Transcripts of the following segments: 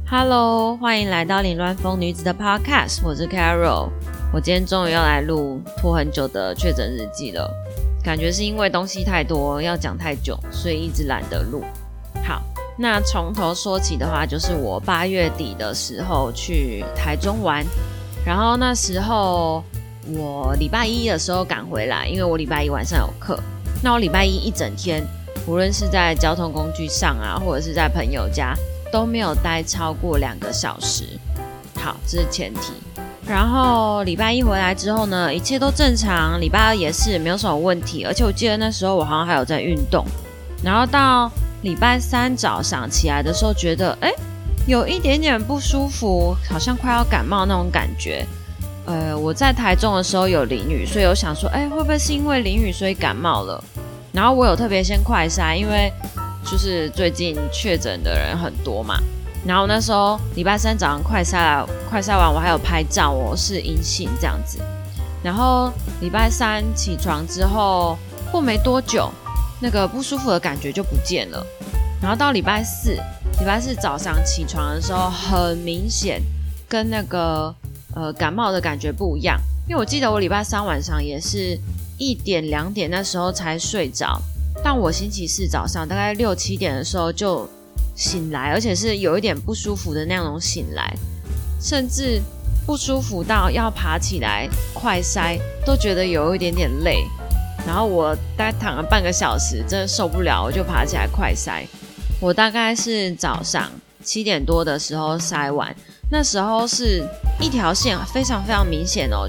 Hello， 欢迎来到凌乱风女子的 Podcast， 我是 Carol。我今天终于要来录拖很久的确诊日记了，感觉是因为东西太多，要讲太久，所以一直懒得录。好，那从头说起的话，就是我8月底的时候去台中玩，然后那时候我礼拜一的时候赶回来，因为我礼拜一晚上有课。那我礼拜一整天，无论是在交通工具上啊，或者是在朋友家，都没有待超过2个小时。好，这是前提。然后礼拜一回来之后呢，一切都正常，礼拜二也是没有什么问题，而且我记得那时候我好像还有在运动。然后到礼拜三早上起来的时候，觉得有一点点不舒服，好像快要感冒那种感觉。我在台中的时候有淋雨，所以我想说，会不会是因为淋雨所以感冒了？然后我有特别先快筛，因为就是最近确诊的人很多嘛。然后那时候礼拜三早上快筛完，我还有拍照是阴性这样子。然后礼拜三起床之后，过没多久，那个不舒服的感觉就不见了。然后到礼拜四早上起床的时候，很明显跟那个感冒的感觉不一样。因为我记得我礼拜三晚上也是1点2点那时候才睡着，但我星期四早上大概6、7点的时候就醒来，而且是有一点不舒服的那种醒来，甚至不舒服到要爬起来快筛都觉得有一点点累。然后我大概躺了半个小时，真的受不了，我就爬起来快筛。我大概是早上7点多的时候筛完，那时候是一条线非常非常明显就是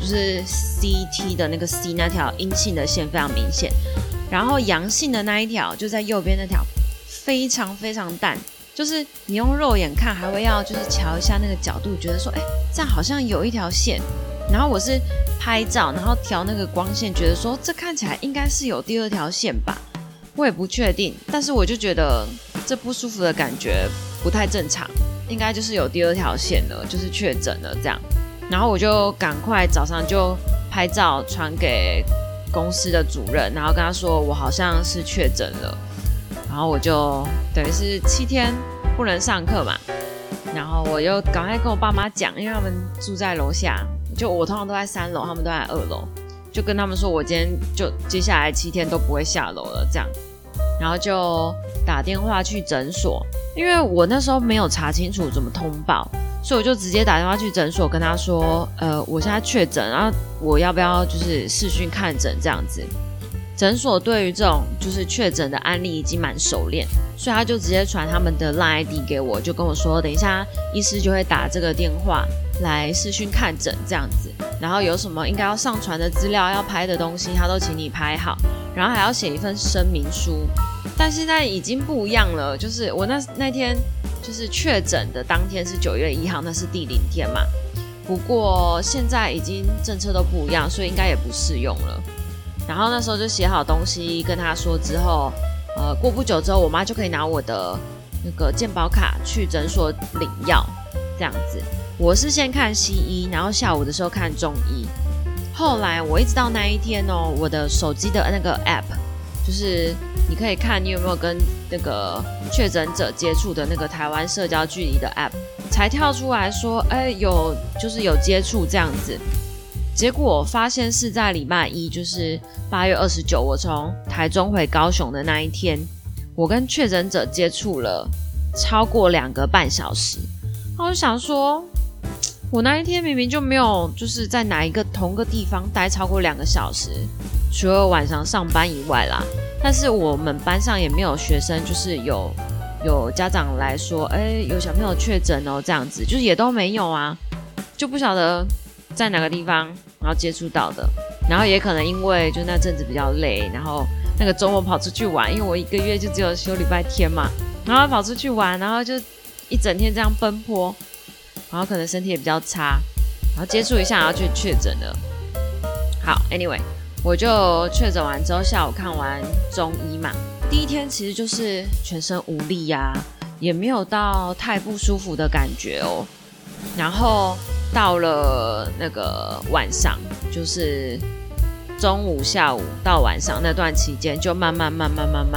CT 的那个 C 那条阴性的线非常明显，然后阳性的那一条就在右边那条非常非常淡，就是你用肉眼看还会要就是瞧一下那个角度，觉得说这样好像有一条线。然后我是拍照，然后调那个光线，觉得说这看起来应该是有第2条线吧，我也不确定，但是我就觉得这不舒服的感觉不太正常，应该就是有第2条线了，就是确诊了这样。然后我就赶快早上就拍照传给公司的主任，然后跟他说我好像是确诊了，然后我就等于是7天不能上课嘛，然后我就赶快跟我爸妈讲，因为他们住在楼下，就我通常都在3楼，他们都在2楼，就跟他们说我今天就接下来7天都不会下楼了这样。然后就打电话去诊所，因为我那时候没有查清楚怎么通报，所以我就直接打电话去诊所跟他说我现在确诊，然后我要不要就是视讯看诊这样子。诊所对于这种就是确诊的案例已经蛮熟练，所以他就直接传他们的 LINE ID 给我，就跟我说等一下医师就会打这个电话来视讯看诊这样子，然后有什么应该要上传的资料要拍的东西他都请你拍好，然后还要写一份声明书。但现在已经不一样了，就是我那天就是确诊的当天是9月1号，那是第0天嘛，不过现在已经政策都不一样，所以应该也不适用了。然后那时候就写好东西跟他说之后，过不久之后我妈就可以拿我的那个健保卡去诊所领药这样子。我是先看西医，然后下午的时候看中医。后来我一直到那一天我的手机的那个 app 就是你可以看你有没有跟那个确诊者接触的那个台湾社交距离的 app 才跳出来说就是有接触这样子。结果我发现是在礼拜一，就是8月29，我从台中回高雄的那一天，我跟确诊者接触了超过2个半小时。我就想说，我那一天明明就没有就是在哪一个同个地方待超过2个小时，除了晚上上班以外啦。但是我们班上也没有学生就是有家长来说有小朋友确诊这样子，就是也都没有啊，就不晓得在哪个地方然后接触到的。然后也可能因为就那阵子比较累，然后那个周末跑出去玩，因为我1个月就只有休礼拜天嘛，然后跑出去玩，然后就一整天这样奔波，然后可能身体也比较差，然后接触一下然后就确诊了。好 anyway， 我就确诊完之后下午看完中医嘛，第1天其实就是全身无力啊，也没有到太不舒服的感觉然后到了那个晚上，就是中午下午到晚上那段期间，就慢慢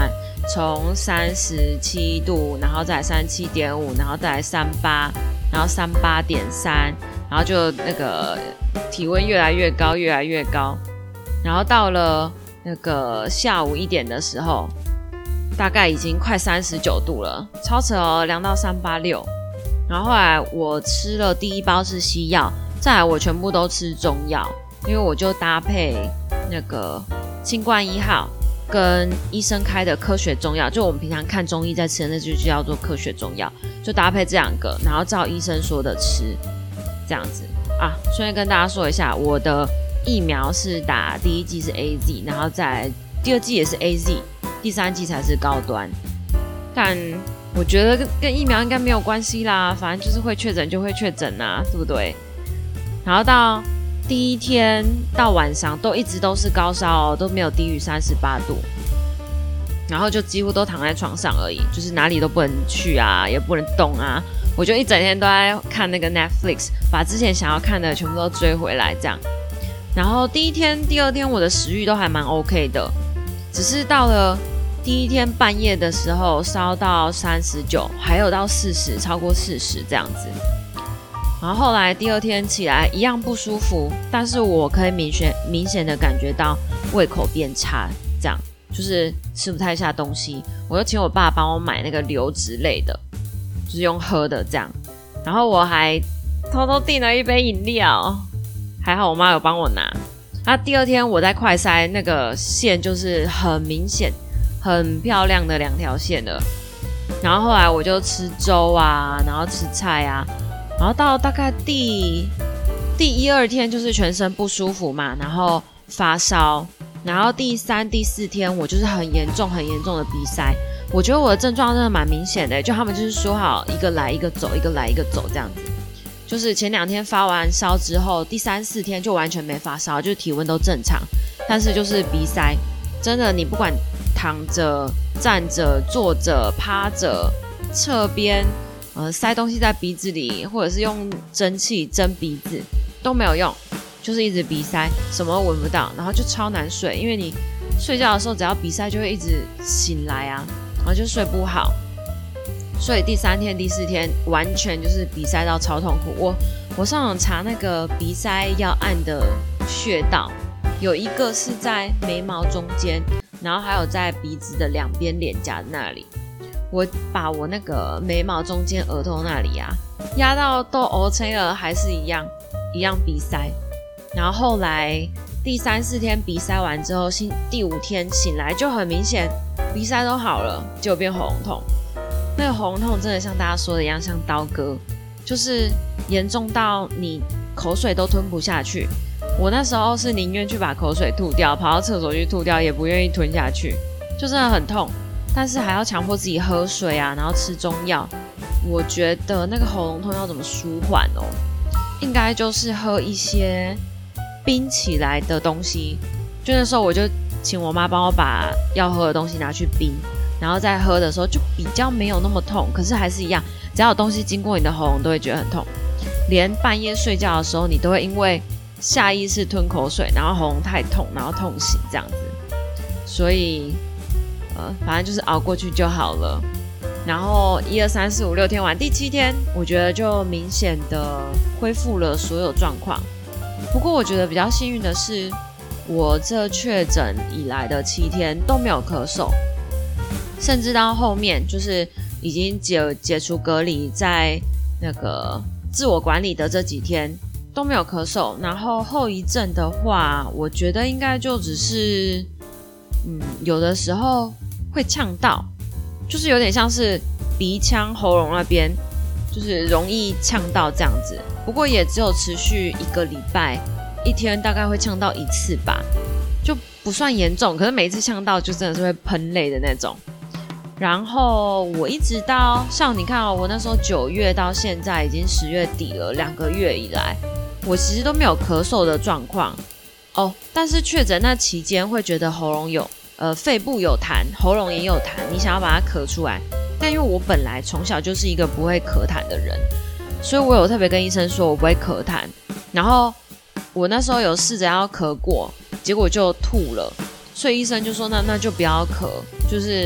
从37度，然后再来37.5，然后再来38，然后38.3，然后就那个体温越来越高，越来越高，然后到了那个下午1点的时候，大概已经快39度了，超扯哦，量到386。然后后来我吃了第一包是西药，再来我全部都吃中药，因为我就搭配那个清冠1号跟医生开的科学中药，就我们平常看中医在吃的那就叫做科学中药，就搭配这2个，然后照医生说的吃，这样子啊。顺便跟大家说一下，我的疫苗是打第1剂是 AZ， 然后再来第2剂也是 AZ， 第3剂才是高端。但我觉得跟疫苗应该没有关系啦，反正就是会确诊就会确诊啊，对不对？然后到第1天到晚上都一直都是高烧哦，都没有低于38度，然后就几乎都躺在床上而已，就是哪里都不能去啊，也不能动啊。我就一整天都在看那个 Netflix， 把之前想要看的全部都追回来这样。然后第1天、第2天我的食欲都还蛮 OK 的，只是到了第1天半夜的时候烧到39，还有到40，超过40这样子。然后后来第2天起来一样不舒服，但是我可以明显的感觉到胃口变差，这样就是吃不太下东西。我就请我爸帮我买那个流质类的，就是用喝的这样。然后我还偷偷订了一杯饮料，还好我妈有帮我拿。第2天我在快筛，那个线就是很明显很漂亮的2条线了。然后后来我就吃粥啊，然后吃菜啊，然后到大概第1、2天就是全身不舒服嘛，然后发烧，然后第3、第4天我就是很严重的鼻塞。我觉得我的症状真的蛮明显的，就他们就是说好一个来一个走，一个来一个走这样子。就是前2天发完烧之后，第3、4天就完全没发烧，就是体温都正常，但是就是鼻塞。真的，你不管躺着、站着、坐着、趴着、侧边，塞东西在鼻子里，或者是用蒸汽蒸鼻子都没有用，就是一直鼻塞，什么都闻不到，然后就超难睡，因为你睡觉的时候只要鼻塞就会一直醒来啊，然后就睡不好。所以第3天、第4天完全就是鼻塞到超痛苦。我上网查那个鼻塞要按的穴道，有一个是在眉毛中间，然后还有在鼻子的2边脸颊那里。我把我那个眉毛中间额头那里啊压到都 OK 了，还是一样鼻塞。然后后来第3、4天鼻塞完之后，第5天醒来就很明显鼻塞都好了，结果变喉咙痛。那个喉咙痛真的像大家说的一样，像刀割，就是严重到你口水都吞不下去。我那时候是宁愿去把口水吐掉，跑到厕所去吐掉，也不愿意吞下去，就真的很痛。但是还要强迫自己喝水啊，然后吃中药。我觉得那个喉咙痛要怎么舒缓哦？应该就是喝一些冰起来的东西。就那时候我就请我妈帮我把要喝的东西拿去冰，然后在喝的时候就比较没有那么痛，可是还是一样，只要有东西经过你的喉咙都会觉得很痛。连半夜睡觉的时候，你都会因为下意识吞口水，然后喉咙太痛，然后痛醒这样子。所以反正就是熬过去就好了。然后1、2、3、4、5、6天完，第7天我觉得就明显的恢复了所有状况。不过我觉得比较幸运的是，我这确诊以来的7天都没有咳嗽，甚至到后面就是已经解除隔离，在那个自我管理的这几天都没有咳嗽。然后后遗症的话，我觉得应该就只是有的时候会呛到，就是有点像是鼻腔喉咙那边就是容易呛到这样子。不过也只有持续1个礼拜，1天大概会呛到1次吧，就不算严重，可是每一次呛到就真的是会喷泪的那种。然后我一直到像你看我那时候9月到现在已经10月底了，2个月以来我其实都没有咳嗽的状况但是确诊那期间会觉得喉咙有肺部有痰，喉咙也有痰，你想要把它咳出来。但因为我本来从小就是一个不会咳痰的人，所以我有特别跟医生说我不会咳痰。然后我那时候有试着要咳过，结果就吐了，所以医生就说那就不要咳，就是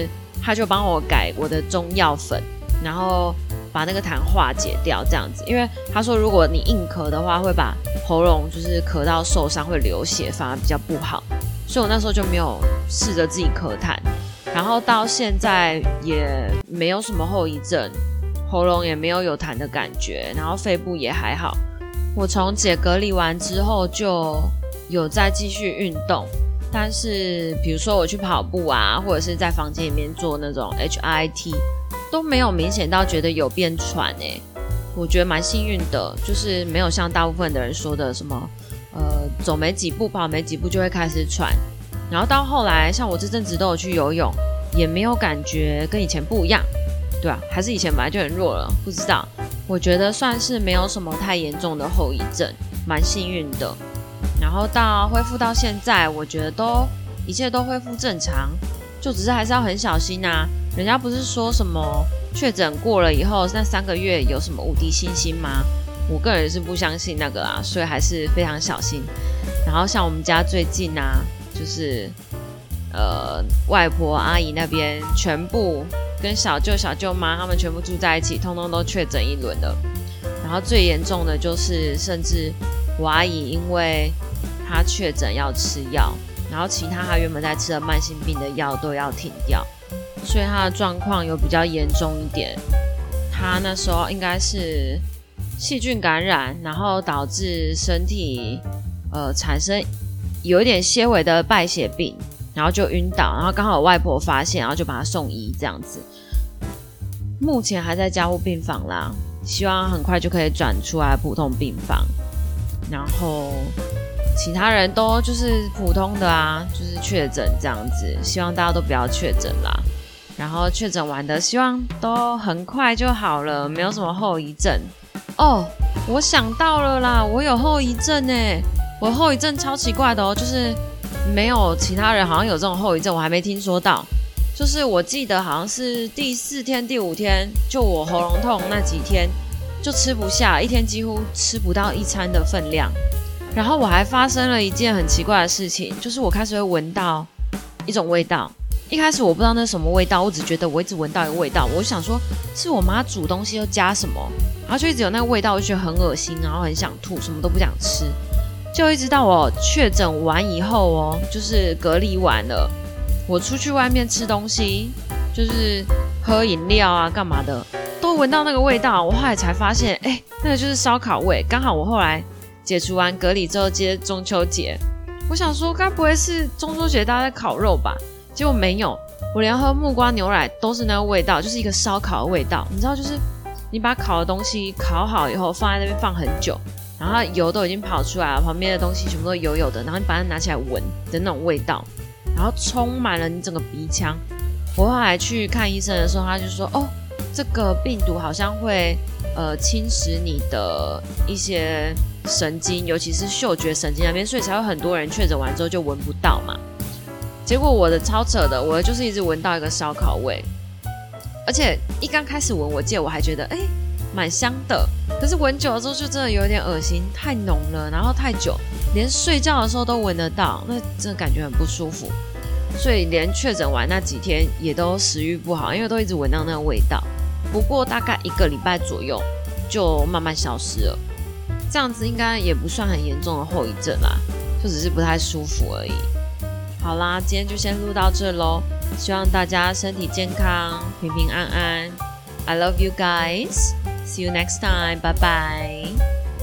他就帮我改我的中药粉，然后把那个痰化解掉这样子。因为他说如果你硬咳的话，会把喉咙就是咳到受伤，会流血，反而比较不好。所以我那时候就没有试着自己咳痰，然后到现在也没有什么后遗症，喉咙也没有痰的感觉，然后肺部也还好。我从解隔离完之后就有再继续运动，但是比如说我去跑步啊，或者是在房间里面做那种 HIIT， 都没有明显到觉得有变喘欸。我觉得蛮幸运的，就是没有像大部分的人说的什么走没几步跑没几步就会开始喘。然后到后来像我这阵子都有去游泳，也没有感觉跟以前不一样。对啊，还是以前本来就很弱了，不知道。我觉得算是没有什么太严重的后遗症，蛮幸运的。然后到恢复到现在，我觉得一切都恢复正常，就只是还是要很小心啊。人家不是说什么确诊过了以后那3个月有什么无敌星星吗？我个人是不相信那个啦，所以还是非常小心。然后像我们家最近啊，就是外婆阿姨那边全部跟小舅小舅妈他们全部住在一起，通通都确诊一轮了。然后最严重的就是甚至我阿姨因为她确诊要吃药，然后其他她原本在吃的慢性病的药都要停掉，所以她的状况有比较严重一点。她那时候应该是细菌感染，然后导致身体产生有一点些微的败血病，然后就晕倒，然后刚好外婆发现，然后就把她送医这样子。目前还在加护病房啦，希望很快就可以转出来普通病房。然后其他人都就是普通的啊，就是确诊这样子，希望大家都不要确诊啦。然后确诊完的希望都很快就好了，没有什么后遗症。哦，我想到了啦，我有后遗症欸。我后遗症超奇怪的哦，就是没有其他人好像有这种后遗症，我还没听说到。就是我记得好像是第4天第5天，就我喉咙痛那几天就吃不下，一天几乎吃不到1餐的分量。然后我还发生了一件很奇怪的事情，就是我开始会闻到一种味道。一开始我不知道那是什么味道，我只觉得我一直闻到一个味道，我就想说是我妈煮东西又加什么，然后就一直有那个味道，我就觉得很恶心，然后很想吐，什么都不想吃。就一直到我确诊完以后哦，就是隔离完了，我出去外面吃东西，就是喝饮料啊干嘛的，都闻到那个味道。我后来才发现，那个就是烧烤味。刚好我后来解除完隔离之后接中秋节，我想说该不会是中秋节大家在烤肉吧？结果没有，我连喝木瓜牛奶都是那个味道，就是一个烧烤的味道。你知道，就是你把烤的东西烤好以后放在那边放很久，然后油都已经跑出来了，旁边的东西全部都油油的，然后你把它拿起来闻的那种味道，然后充满了你整个鼻腔。我后来去看医生的时候，他就说这个病毒好像会侵蚀你的一些神经，尤其是嗅觉神经那边，所以才会很多人确诊完之后就闻不到嘛。结果我的超扯的，我就是一直闻到一个烧烤味，而且一刚开始闻，我记得我还觉得蛮香的，可是闻久了之后就真的有点恶心，太浓了，然后太久，连睡觉的时候都闻得到，那真的感觉很不舒服。所以连确诊完那几天也都食欲不好，因为都一直闻到那个味道。不过大概1个礼拜左右就慢慢消失了，这样子应该也不算很严重的后遗症啦，就只是不太舒服而已。好啦，今天就先录到这咯，希望大家身体健康，平平安安。I love you guys. See you next time. Bye bye.